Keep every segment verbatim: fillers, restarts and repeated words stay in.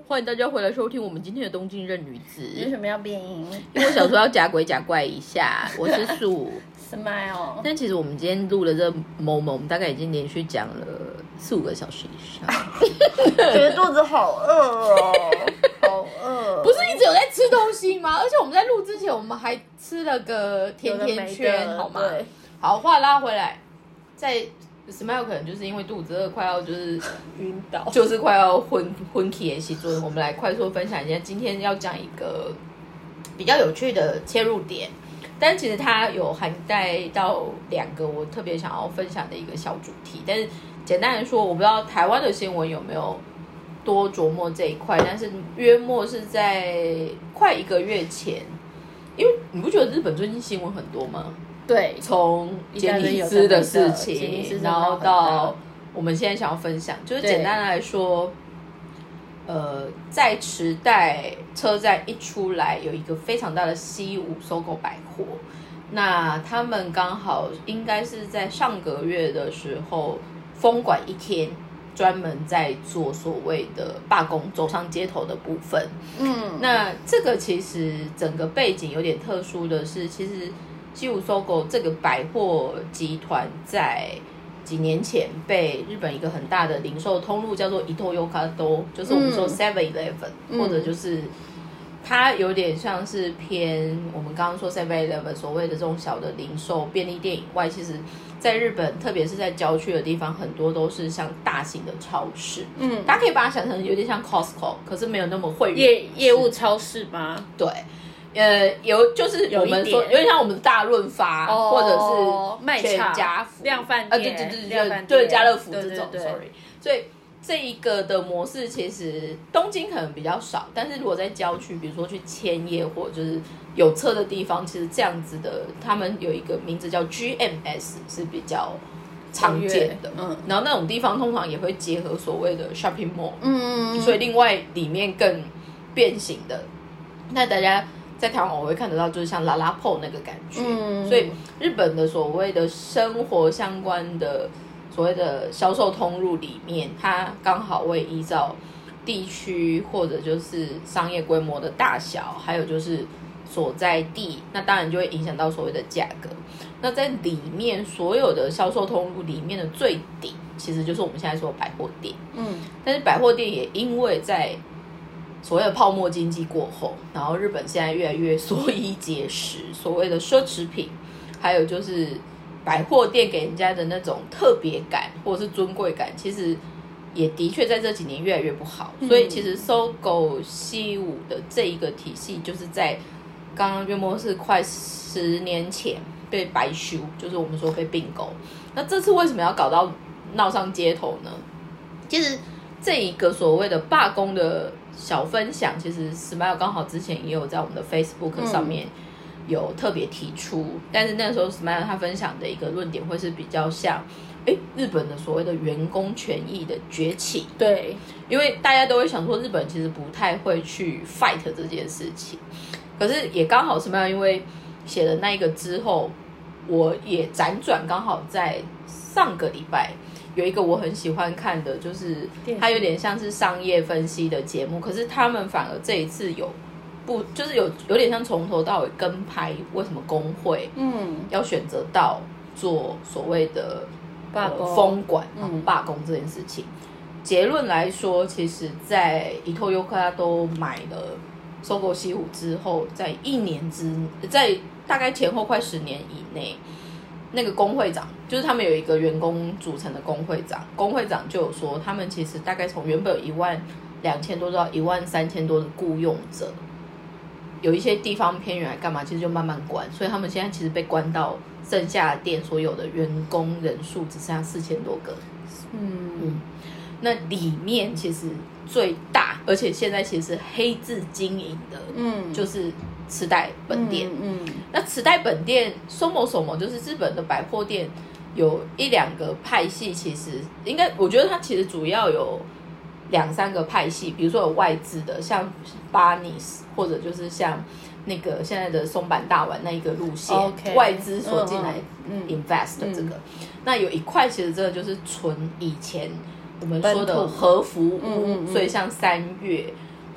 欢迎大家回来收听我们今天的东京任女子。 为什么要变音？ 因为我想说要假鬼假怪一下。我是素 Smile。 但其实我们今天录了这某某，我们大概已经连续讲了四五个小时以上。 觉得肚子好饿哦，好饿。 不是一直有在吃东西吗？而且我们在录之前，我们还吃了个甜甜圈，好吗？好，话拉回来，在。Smile 可能就是因为肚子饿，快要就是晕倒， 就是快要昏昏起的时候，我们来快速分享一下，今天要讲一个比较有趣的切入点，但其实它有含带到两个我特别想要分享的一个小主题。但是简单来说，我不知道台湾的新闻有没有多琢磨这一块，但是约莫是在快一个月前，因为你不觉得日本最近新闻很多吗？ 对， 从杰尼斯的事情，然后到我们现在想要分享，就是简单来说，呃，在池袋车站一出来，有一个非常大的西武搜狗百货，那他们刚好应该是在上个月的时候封馆一天，专门在做所谓的罢工走上街头的部分。嗯，那这个其实整个背景有点特殊的是，其实西武搜狗这个百货集团在几年前被日本一个很大的零售通路叫做伊东优卡多，就是我们说 seven eleven、嗯、或者就是它有点像是偏我们刚刚说 seven eleven 所谓的这种小的零售便利店以外，其实在日本特别是在郊区的地方，很多都是像大型的超市。嗯，大家可以把它想成有点像 Costco， 可是没有那么会员业业务超市吗？ 对。呃，有就是我们说有点像我们大润发、哦、或者是卖场、 家福、 量贩店、 啊、对对对对对家乐福这种 ，sorry。所以这一个的模式其实东京可能比较少，但是如果在郊区，比如说去千叶或者就是有车的地方，其实这样子的，他们有一个名字叫 G M S 是比较常见的。嗯，然后那种地方通常也会结合所谓的 shopping mall。嗯嗯。所以另外里面更变形的，那大家。在台湾我会看得到，就是像拉拉铺那个感觉、嗯，所以日本的所谓的生活相关的所谓的销售通路里面，它刚好会依照地区或者就是商业规模的大小，还有就是所在地，那当然就会影响到所谓的价格。那在里面所有的销售通路里面的最顶，其实就是我们现在说的百货店。嗯，但是百货店也因为在所谓的泡沫经济过后，然后日本现在越来越缩衣节食，所谓的奢侈品，还有就是百货店给人家的那种特别感或者是尊贵感，其实也的确在这几年越来越不好。所以其实搜狗西武的这一个体系，就是在刚刚约莫是快十年前被白修，就是我们说被并购。那这次为什么要搞到闹上街头呢？其实这一个所谓的罢工的小分享，其实 Smile 刚好之前也有在我们的 Facebook 上面有特别提出、嗯、但是那时候 Smile 他分享的一个论点会是比较像诶日本的所谓的员工权益的崛起。 对， 因为大家都会想说日本其实不太会去 fight 这件事情，可是也刚好 Smile 因为写了那一个之后，我也辗转刚好在上个礼拜有一个我很喜欢看的，就是它有点像是商业分析的节目，可是他们反而这一次有不就是有有点像从头到尾跟拍为什么工会嗯要选择到做所谓的罢工、 呃、封馆嗯罢工这件事情。结论来说，其实在伊藤优卡都买了搜狗西武之后，在一年之在大概前后快十年以内，那个工会长就是他们有一个员工组成的工会长，工会长就有说，他们其实大概从原本有一万两千多到一万三千多的雇用者，有一些地方偏远来干嘛，其实就慢慢关，所以他们现在其实被关到剩下的店所有的员工人数只剩下四千多个。嗯嗯，那里面其实最大，而且现在其实是黑字经营的，嗯，就是池袋本店。嗯，嗯那池袋本店 Somo Somo 就是日本的百货店，有一两个派系，其实应该我觉得它其实主要有两三个派系，比如说有外资的，像 Barneys 或者就是像那个现在的松坂大丸那一个路线， okay, 外资所进来 invest 的这个、嗯嗯、那有一块其实真的就是纯以前我们说的和服屋、嗯嗯嗯、所以像三月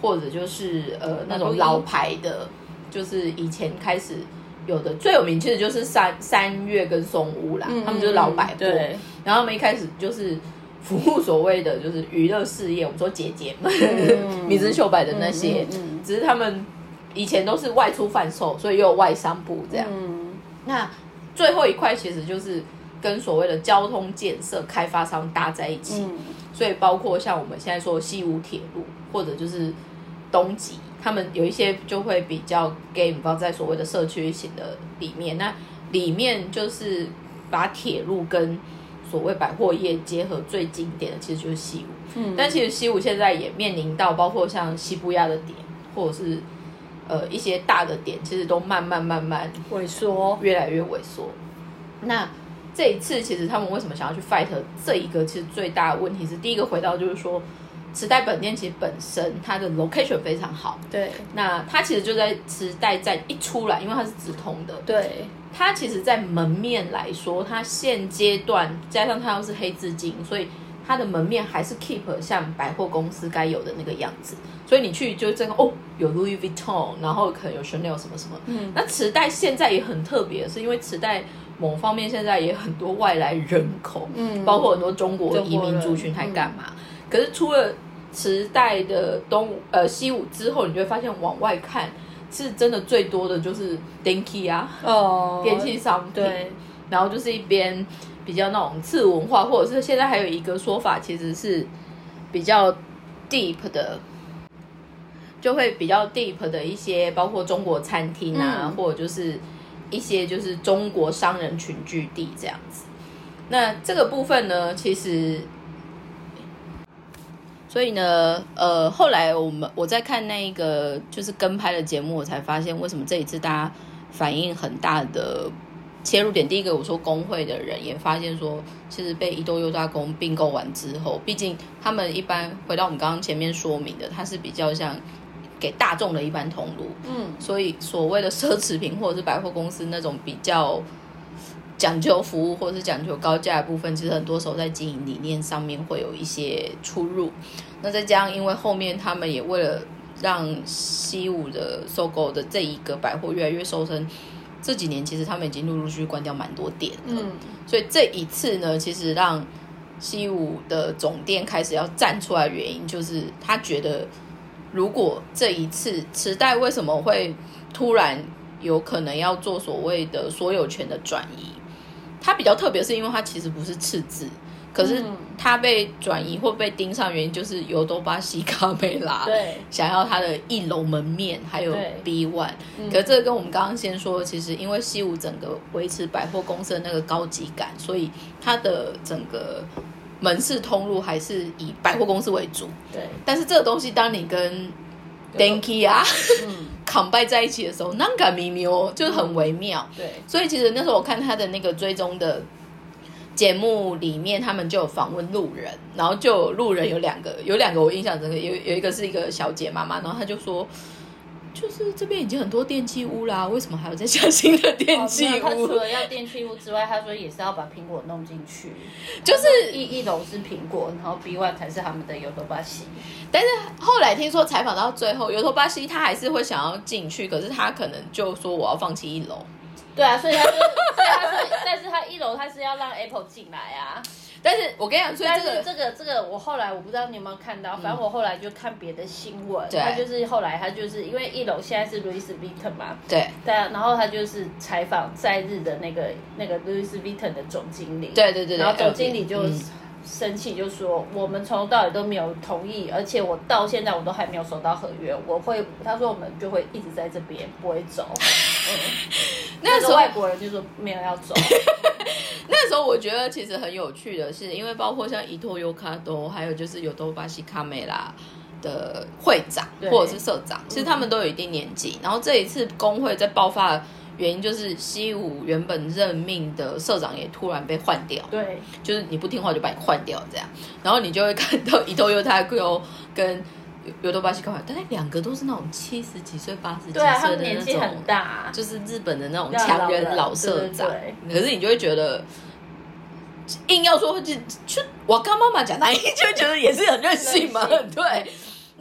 或者就是呃那种老牌的，就是以前开始有的最有名其实就是三三月跟松屋啦，嗯、他们就是老百货，对，然后他们一开始就是服务所谓的就是娱乐事业，我们说姐姐们，嗯、米芝秀白的那些，嗯嗯嗯、只是他们以前都是外出贩售，所以又有外商部这样。嗯、那最后一块其实就是跟所谓的交通建设开发商搭在一起，嗯、所以包括像我们现在说西武铁路，或者就是东极，他们有一些就会比较 game 包在所谓的社区型的里面，那里面就是把铁路跟所谓百货业结合最经典的其实就是西武，嗯，但其实西武现在也面临到包括像西布亚的点，或者是呃一些大的点，其实都慢慢慢慢萎缩， 越来越萎缩。那这一次其实他们为什么想要去 fight 这一个，其实最大的问题是第一个回到就是说。池袋本店其实本身它的 location 非常好， 对， 那它其实就在池袋站一出来，因为它是直通的， 对， 它其实在门面来说，它现阶段加上它又是黑字经，所以它的门面还是 keep 像百货公司该有的那个样子，所以你去就这个哦，有 Louis Vuitton， 然后可能有 Chanel 什么什么，嗯，那池袋现在也很特别，是因为池袋某方面现在也很多外来人口，嗯，包括很多中国移民族群还干嘛？嗯、可是除了池袋的东呃西武之后，你就会发现往外看是真的最多的就是电器啊，哦，电器商品，对，然后就是一边比较那种次文化，或者是现在还有一个说法，其实是比较 deep 的，就会比较 deep 的一些，包括中国餐厅啊，嗯、或者就是一些就是中国商人群聚地这样子。那这个部分呢，其实。所以呢，呃，后来我们我在看那个就是跟拍的节目，我才发现为什么这一次大家反应很大的切入点。第一个，我说工会的人也发现说，其实被伊豆优大宫并购完之后，毕竟他们一般回到我们刚刚前面说明的，它是比较像给大众的一般通路，嗯，所以所谓的奢侈品或者是百货公司那种比较。讲究服务或者是讲究高价的部分，其实很多时候在经营理念上面会有一些出入。那再加上因为后面他们也为了让西武的收购的这一个百货越来越收身，这几年其实他们已经陆陆续续关掉蛮多店了。嗯，所以这一次呢，其实让西武的总店开始要站出来的原因，就是他觉得如果这一次池袋为什么会突然有可能要做所谓的所有权的转移。它比较特别是因为它其实不是赤字，可是它被转移或被盯上原因就是尤多巴西卡梅拉对想要它的一楼门面还有 B 一、嗯、可是这个跟我们刚刚先说其实因为西武整个维持百货公司的那个高级感，所以它的整个门市通路还是以百货公司为主，对，但是这个东西当你跟 Denki 啊嗯扛拜在一起的时候，那个咪咪就是很微妙、嗯。对，所以其实那时候我看他的那个追踪的节目里面，他们就有访问路人，然后就有路人有两个，有两个我印象真的有有一个是一个小姐妈妈，然后她就说，就是这边已经很多电器屋啦，为什么还要再加新的电器屋？ 哦、他除了要电器屋之外，他说也是要把苹果弄进去， 就是一一楼是苹果，然后 B 一 才是他们的尤多巴西。 但是后来听说采访到最后，尤多巴西他还是会想要进去，可是他可能就说我要放弃一楼。 对啊，所以他就，所以他说，但是他一楼他是要让 Apple 进来啊。 但是我跟你讲，所以这个这个这个我后来我不知道你有没有看到，反正我后来就看别的新闻，他就是后来他就是因为一楼现在是 Louis Vuitton 嘛，对对啊，然后他就是采访在日的那个那个 Louis Vuitton 的总经理， 对对对， 然后总经理就。嗯生气就说我们从头到尾都没有同意，而且我到现在我都还没有收到合约，我会他说我们就会一直在这边不会走。嗯，那时候外国人就说没有要走。 那时候我觉得其实很有趣的是，因为包括像伊托尤卡多，还有就是尤多巴西卡梅拉的会长或者是社长，其实他们都有一定年纪。然后这一次工会在爆发的原因就是西武原本任命的社长也突然被换掉，对，就是你不听话就把你换掉这样，然后你就会看到伊藤优太郎跟尤多巴西卡梅拉，大概两个都是那种七十几岁、八十几岁的那种，对啊，他们年纪很大， 就是日本的那种强人老社长。可是你就会觉得，硬要说就就我刚妈妈讲，那就觉得也是很任性嘛，对。那话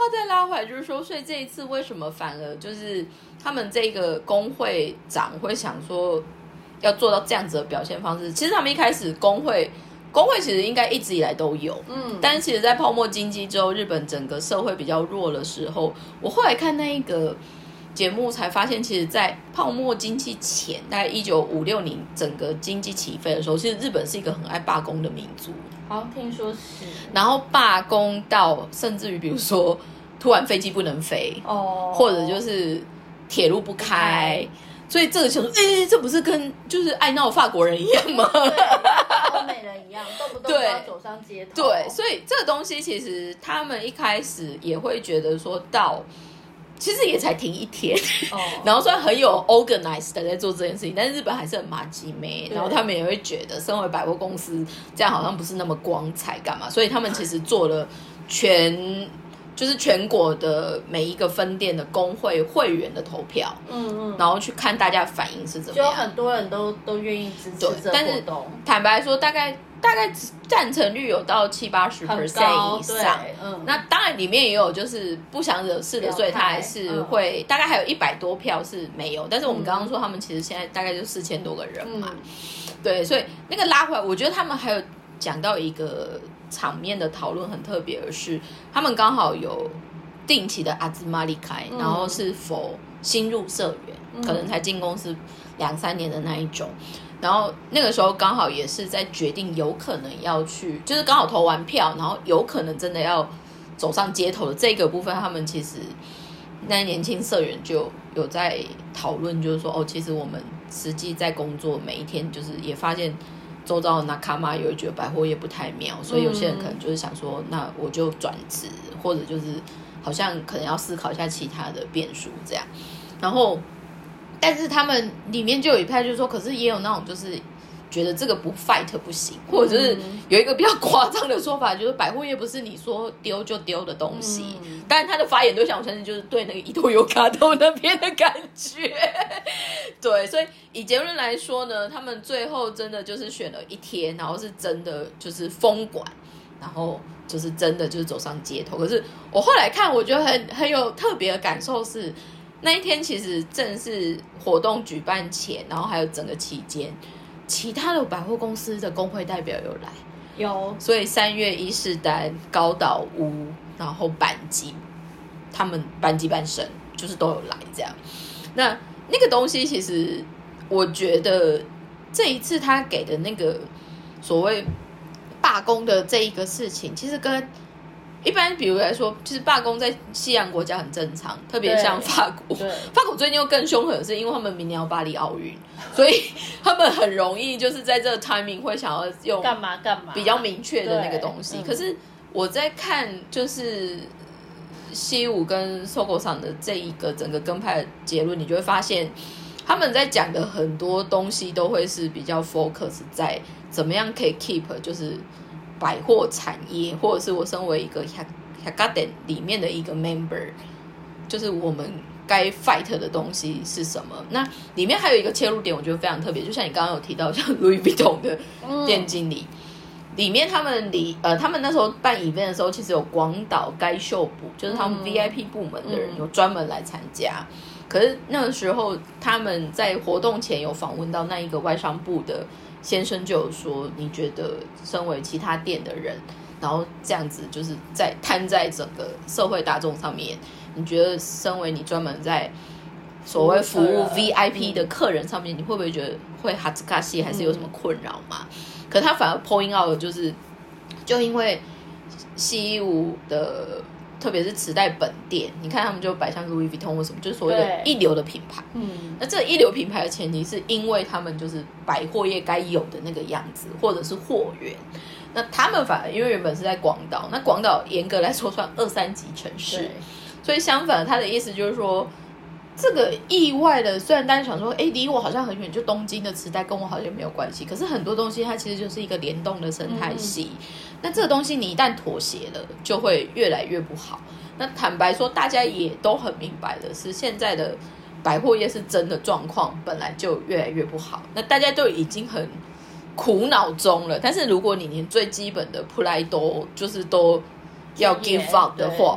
再拉回来，就是说，所以这一次为什么反而就是他们这个工会长会想说要做到这样子的表现方式？其实他们一开始工会工会其实应该一直以来都有，嗯，但是其实在泡沫经济之后，日本整个社会比较弱的时候，我后来看那一个节目才发现，其实在泡沫经济前，大概一九五六年整个经济起飞的时候，其实日本是一个很爱罢工的民族。 好像听说是， 然后罢工到甚至于比如说突然飞机不能飞，哦，或者就是铁路不开，所以这个想说，哎，这不是跟就是爱闹法国人一样吗？ 欧美人一样，动不动都要走上街头。 对，所以这个东西其实他们一开始也会觉得说到。其实也才停一天，哦、然后虽然很有 organized 的在做这件事情，但是日本还是很麻吉妹，然后他们也会觉得身为百货公司这样好像不是那么光彩干嘛，所以他们其实做了全就是全国的每一个分店的工会会员的投票，嗯嗯，然后去看大家的反应是怎么样， 就很多人都都愿意支持这个活动， 坦白说大概大概赞成率有到七八十 percent 以上，嗯，那当然里面也有就是不想惹事的，所以他还是会、嗯、大概还有一百多票是没有，但是我们刚刚说他们其实现在大概就四千多个人嘛，嗯、对，所以那个拉回来，我觉得他们还有讲到一个场面的讨论很特别的是，他们刚好有定期的阿兹玛利开，然后是否新入社员、嗯，可能才进公司两三年的那一种。然后那个时候刚好也是在决定有可能要去，就是刚好投完票，然后有可能真的要走上街头的这个部分，他们其实那年轻社员就有在讨论，就是说哦，其实我们实际在工作每一天，就是也发现周遭的那卡玛也会觉得百货业不太妙，所以有些人可能就是想说，那我就转职，或者就是好像可能要思考一下其他的变数这样，然后。但是他们里面就有一派就是说，可是也有那种就是觉得这个不 fight 不行，或者是有一个比较夸张的说法，就是百货业不是你说丢就丢的东西。嗯、但是他的发言对象，我相信就是对那个伊豆尤卡豆那边的感觉。对，所以以结论来说呢，他们最后真的就是选了一天，然后是真的就是封馆，然后就是真的就是走上街头。可是我后来看，我觉得很很有特别的感受是。那一天其实正是活动举办前，然后还有整个期间，其他的百货公司的工会代表有来， 有， 所以三月伊势丹、高岛屋，然后阪急，他们阪急阪神就是都有来这样。那那个东西其实我觉得这一次他给的那个所谓罢工的这一个事情，其实跟一般比如来说，其实罢工在西洋国家很正常，特别像法国。法国最近又更凶狠，是因为他们明年要巴黎奥运，所以他们很容易就是在这个 timing 会想要用干嘛干嘛比较明确的那个东西。可是我在看就是西武跟 Sogo 上的这一个整个跟派的结论，你就会发现他们在讲的很多东西都会是比较 focus 在怎么样可以 keep 就是百货产业，或者是我身为一个 Hakaden 里面的一个 member， 就是我们该 fight 的东西是什么。那里面还有一个切入点我觉得非常特别，就像你刚刚有提到像 Louis Vuitton 的店经理、嗯、里面他们里呃，他们那时候办 event 的时候，其实有广岛该秀部，就是他们 V I P 部门的人有专门来参加、嗯、可是那个时候他们在活动前有访问到那一个外商部的先生，就有说你觉得身为其他店的人，然后这样子就是在摊在整个社会大众上面，你觉得身为你专门在所谓服务 V I P 的客人上面、嗯、你会不会觉得会哈兹卡西还是有什么困扰嘛、嗯、可他反而 point out 的就是就因为西武的特别是磁带本店，你看他们就摆像 Louis Vuitton 或什么，就是所谓的一流的品牌。嗯，那这一流品牌的前提是因为他们就是百货业该有的那个样子，或者是货源。那他们反而因为原本是在广岛，那广岛严格来说算二三级城市，所以相反，他的意思就是说，这个意外的，虽然大家想说，哎，离我好像很远，就东京的磁带跟我好像没有关系，可是很多东西它其实就是一个联动的生态系。嗯，那这个东西你一旦妥协了，就会越来越不好。那坦白说，大家也都很明白的是，现在的百货业是真的状况本来就越来越不好，那大家都已经很苦恼中了。但是如果你连最基本的 pride 都就是都要 give up 的话，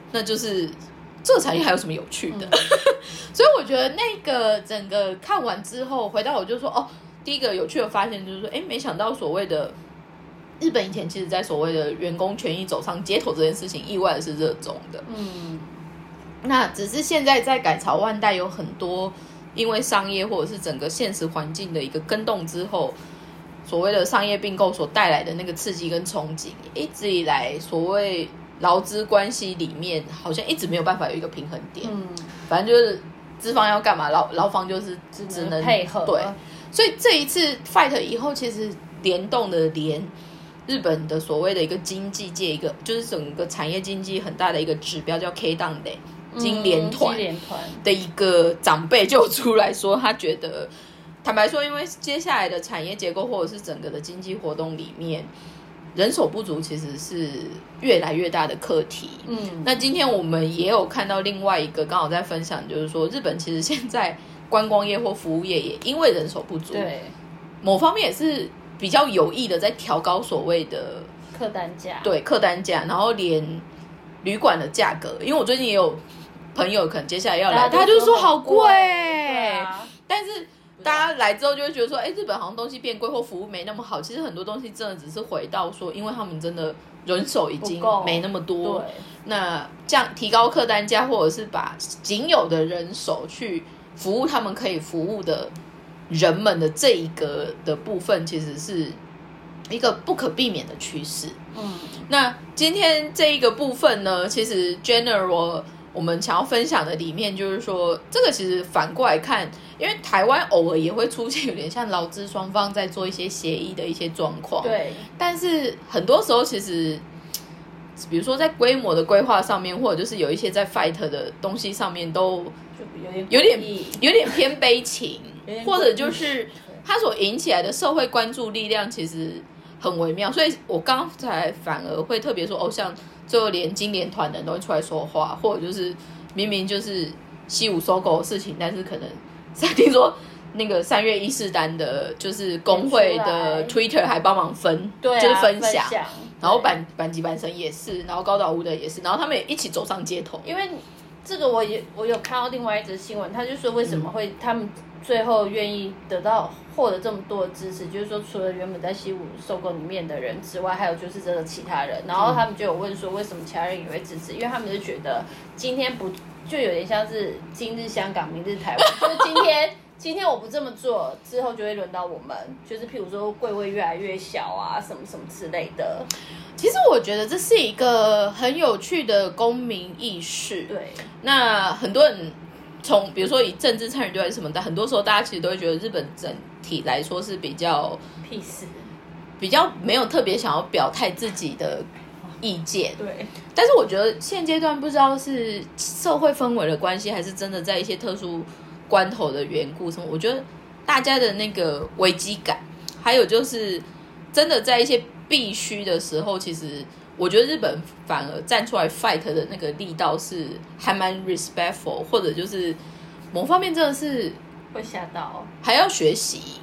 那就是这个产业还有什么有趣的？嗯、所以我觉得那个整个看完之后，回到我就说，哦，第一个有趣的发现就是说，哎，没想到所谓的日本以前其实在所谓的员工权益走上街头这件事情，意外的是热衷的。嗯，那只是现在在改朝换代，有很多因为商业或者是整个现实环境的一个更动之后，所谓的商业并购所带来的那个刺激跟憧憬，一直以来所谓劳资关系里面好像一直没有办法有一个平衡点。嗯，反正就是资方要干嘛，劳劳方就是只能, 只能配合。 对，所以这一次 fight 以后，其实联动的连日本的所谓的一个经济界一个就是整个产业经济很大的一个指标叫 K 档的金联团的一个长辈就出来说，他觉得坦白说，因为接下来的产业结构或者是整个的经济活动里面，人手不足其实是越来越大的课题。嗯，那今天我们也有看到另外一个刚好在分享，就是说日本其实现在观光业或服务业也因为人手不足， 对， 某方面也是比较有意的在调高所谓的客单价， 对，客单价，然后连旅馆的价格，因为我最近也有朋友可能接下来要来，他就说好贵，对啊，但是大家来之后就会觉得说，哎，日本好像东西变贵或服务没那么好。其实很多东西真的只是回到说，因为他们真的人手已经没那么多，那这样提高客单价，或者是把仅有的人手去服务他们可以服务的人们的这一个的部分，其实是一个不可避免的趋势。嗯，那今天这一个部分呢，其实 general 我们想要分享的里面就是说，这个其实反过来看，因为台湾偶尔也会出现有点像劳资双方在做一些协议的一些状况， 对， 但是很多时候其实比如说在规模的规划上面，或者就是有一些在 fight 的东西上面都有点有点有点偏悲情或者就是它所引起来的社会关注力量其实很微妙，所以我刚才反而会特别说，哦，像最后连金联团的人都会出来说话，或者就是明明就是西武收购的事情，但是可能听说那个三月一四单的就是工会的 Twitter 还帮忙分， 对、啊， 就是分享， 分享然后阪阪急阪神也是，然后高岛屋的也是，然后他们也一起走上街头。 因为这个我也我有看到另外一则新闻，他就说为什么会、嗯、他们最后愿意得到获得这么多的支持，就是说除了原本在西武收购里面的人之外，还有就是这个其他人，然后他们就有问说为什么其他人也会支持，因为他们就觉得今天不就有点像是今日香港明日台湾，就是今天今天我不这么做，之后就会轮到我们，就是譬如说柜位越来越小啊，什么什么之类的。 其实我觉得这是一个很有趣的公民意识。 对， 那很多人从比如说以政治参与度还是什么的，很多时候大家其实都会觉得日本整体来说是比较屁事， 比较没有特别想要表态自己的意见。 对， 但是我觉得现阶段不知道是社会氛围的关系，还是真的在一些特殊关头的缘故什么，我觉得大家的那个危机感，还有就是真的在一些必须的时候，其实我觉得日本反而站出来 fight 的那个力道是还蛮 respectful， 或者就是某方面真的是会吓到， 还要学习。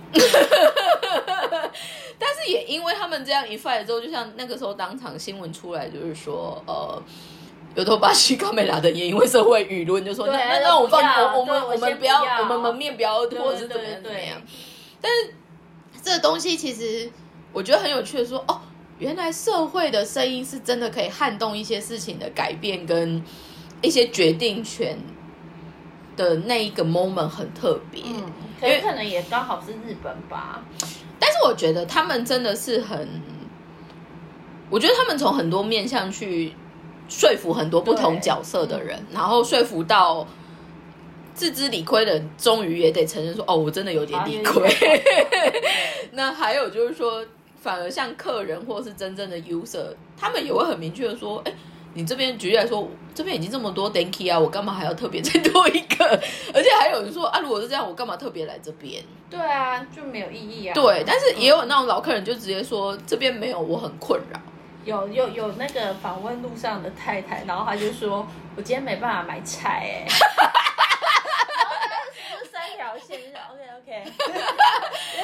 但是也因为他们这样一 fight 之后，就像那个时候当场新闻出来，就是说呃。有头巴西高美拉的也因为社会舆论就说，那那那我放我我们我们不要我们门面不要或者是怎么样怎么样。但是这个东西其实我觉得很有趣的说，哦，原来社会的声音是真的可以撼动一些事情的改变跟一些决定权的那一个 moment 很特别。 嗯，可是可能也刚好是日本吧。 但是我觉得他们真的是很，我觉得他们从很多面向去说服很多不同角色的人，然后说服到自知理亏的人终于也得承认说，哦，我真的有点理亏。那还有就是说反而像客人或是真正的 user， 他们也会很明确的说，哎，你这边举例来说，这边已经这么多 Denki 啊，我干嘛还要特别再多一个？而且还有人说啊，如果是这样，我干嘛特别来这边？ 对啊，就没有意义啊。 对，但是也有那种老客人就直接说，这边没有，我很困扰。 有有有那个访问路上的太太，然后他就说：“我今天没办法买菜哎、欸。”然后他是三条线，就是 OK OK， 因为他要去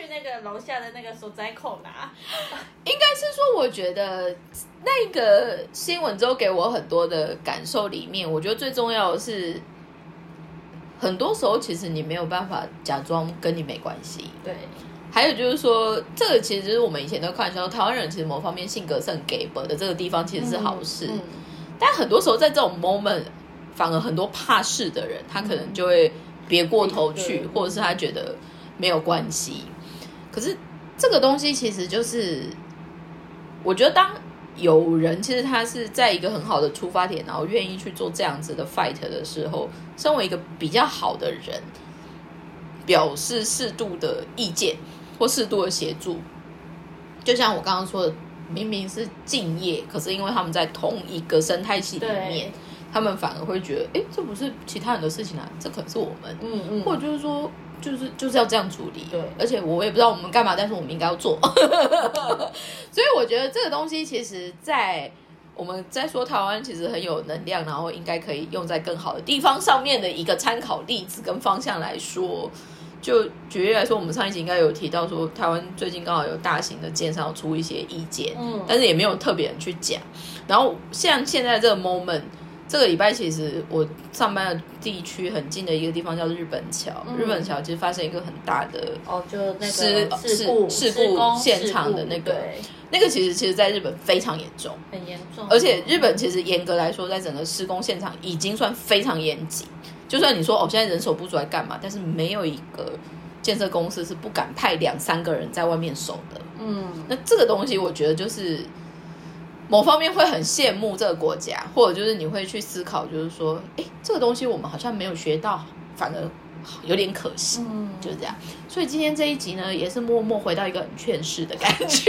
那个楼下的那个所在口拿。 应该是说，我觉得那个新闻之后给我很多的感受里面，我觉得最重要的是，很多时候其实你没有办法假装跟你没关系。 对。 还有就是说，这个其实是我们以前都开玩笑，台湾人其实某方面性格是很给薄的，这个地方其实是好事。嗯嗯、但很多时候在这种 moment， 反而很多怕事的人，他可能就会别过头去，嗯、或者是他觉得没有关系。可是这个东西其实就是，我觉得当有人其实他是在一个很好的出发点，然后愿意去做这样子的 fight 的时候，身为一个比较好的人，表示适度的意见。或适度的协助，就像我刚刚说的，明明是敬业，可是因为他们在同一个生态系里面，他们反而会觉得，哎，这不是其他人的事情啊，这可能是我们，嗯嗯，或者就是说，就是就是要这样处理，对，而且我也不知道我们干嘛，但是我们应该要做，所以我觉得这个东西其实在我们在说台湾其实很有能量，然后应该可以用在更好的地方上面的一个参考例子跟方向来说。就举例来说，我们上一集应该有提到说，台湾最近刚好有大型的建商出一些意见，嗯，但是也没有特别人去讲。然后像现在这个 moment， 这个礼拜其实我上班的地区很近的一个地方叫日本桥，嗯、日本桥其实发生一个很大的哦，就那个事事故事故现场的那个，那个其实其实在日本非常严重， 很严重， 而且日本其实严格来说，在整个施工现场已经算非常严谨。就算你说哦，现在人手不足来干嘛？但是没有一个建设公司是不敢派两三个人在外面守的。嗯，那这个东西我觉得就是某方面会很羡慕这个国家，或者就是你会去思考，就是说，哎，这个东西我们好像没有学到，反而有点可惜。嗯，就是这样。所以今天这一集呢，也是默默回到一个很劝世的感觉。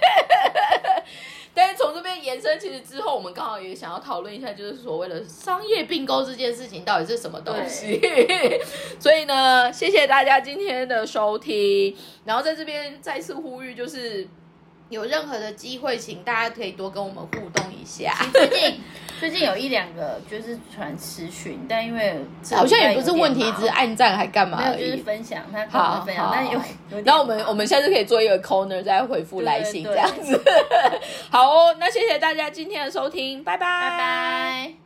但是从这边延伸，其实之后我们刚好也想要讨论一下，就是所谓的商业并购这件事情到底是什么东西。所以呢，谢谢大家今天的收听，然后在这边再次呼吁，就是有任何的机会，请大家可以多跟我们互动一下。 最近最近有一两个就是传私讯，但因为好像也不是问题，只是按赞还干嘛而已， 没有就是分享，他可能分享，但有有。 然后我们我们下次可以做一个 corner 再回复来信这样子。好哦，那谢谢大家今天的收听，拜拜， 拜拜。